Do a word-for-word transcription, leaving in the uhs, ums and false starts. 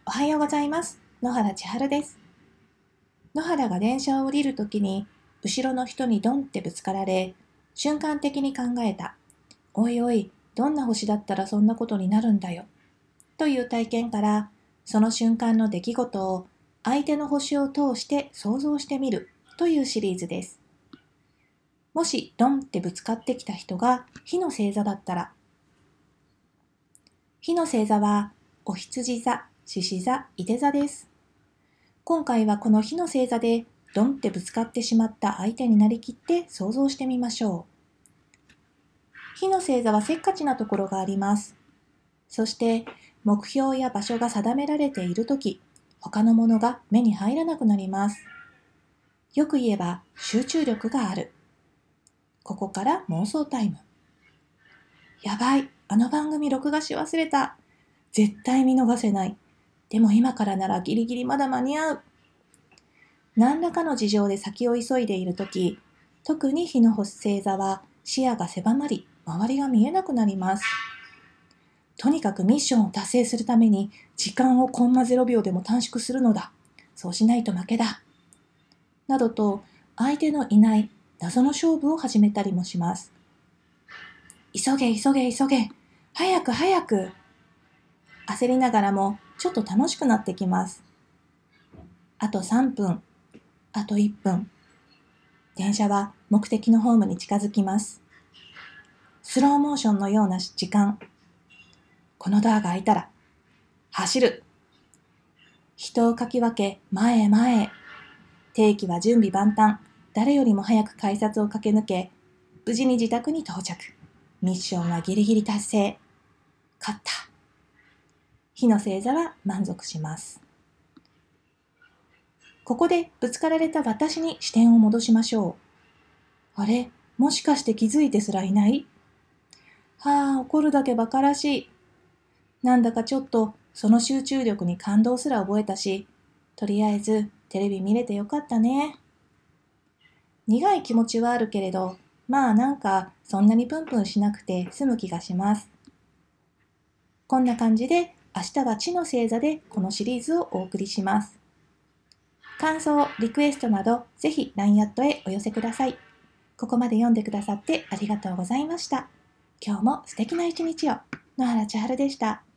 おはようございます。野原千春です。野原が電車を降りるときに、後ろの人にドンってぶつかられ、瞬間的に考えた。おいおい、どんな星だったらそんなことになるんだよ。という体験から、その瞬間の出来事を相手の星を通して想像してみるというシリーズです。もしドンってぶつかってきた人が火の星座だったら、火の星座はお羊座、獅子座、いて座です。今回はこの火の星座でドンってぶつかってしまった相手になりきって想像してみましょう。火の星座はせっかちなところがあります。そして目標や場所が定められているとき、他のものが目に入らなくなります。よく言えば集中力がある。ここから妄想タイム。やばい、あの番組録画し忘れた。絶対見逃せない。でも今からならギリギリまだ間に合う。何らかの事情で先を急いでいるとき、特に火の星座は視野が狭まり、周りが見えなくなります。とにかくミッションを達成するために時間をコンマゼロびょうでも短縮するのだ。そうしないと負けだ。などと相手のいない謎の勝負を始めたりもします。急げ急げ急げ。早く早く。焦りながらもちょっと楽しくなってきます。あとさんぷん、あといっぷん。電車は目的のホームに近づきます。スローモーションのような時間。このドアが開いたら、走る。人をかき分け、前へ前へ。定期は準備万端。誰よりも早く改札を駆け抜け、無事に自宅に到着。ミッションはギリギリ達成。勝った。火の星座は満足します。ここでぶつかられた私に視点を戻しましょう。あれ、もしかして気づいてすらいない？はあ、怒るだけ馬鹿らしい。なんだかちょっとその集中力に感動すら覚えたし、とりあえずテレビ見れてよかったね。苦い気持ちはあるけれど、まあなんかそんなにプンプンしなくて済む気がします。こんな感じで明日は地の星座でこのシリーズをお送りします。感想、リクエストなどぜひ ライン アットへお寄せください。ここまで読んでくださってありがとうございました。今日も素敵な一日を。野原千春でした。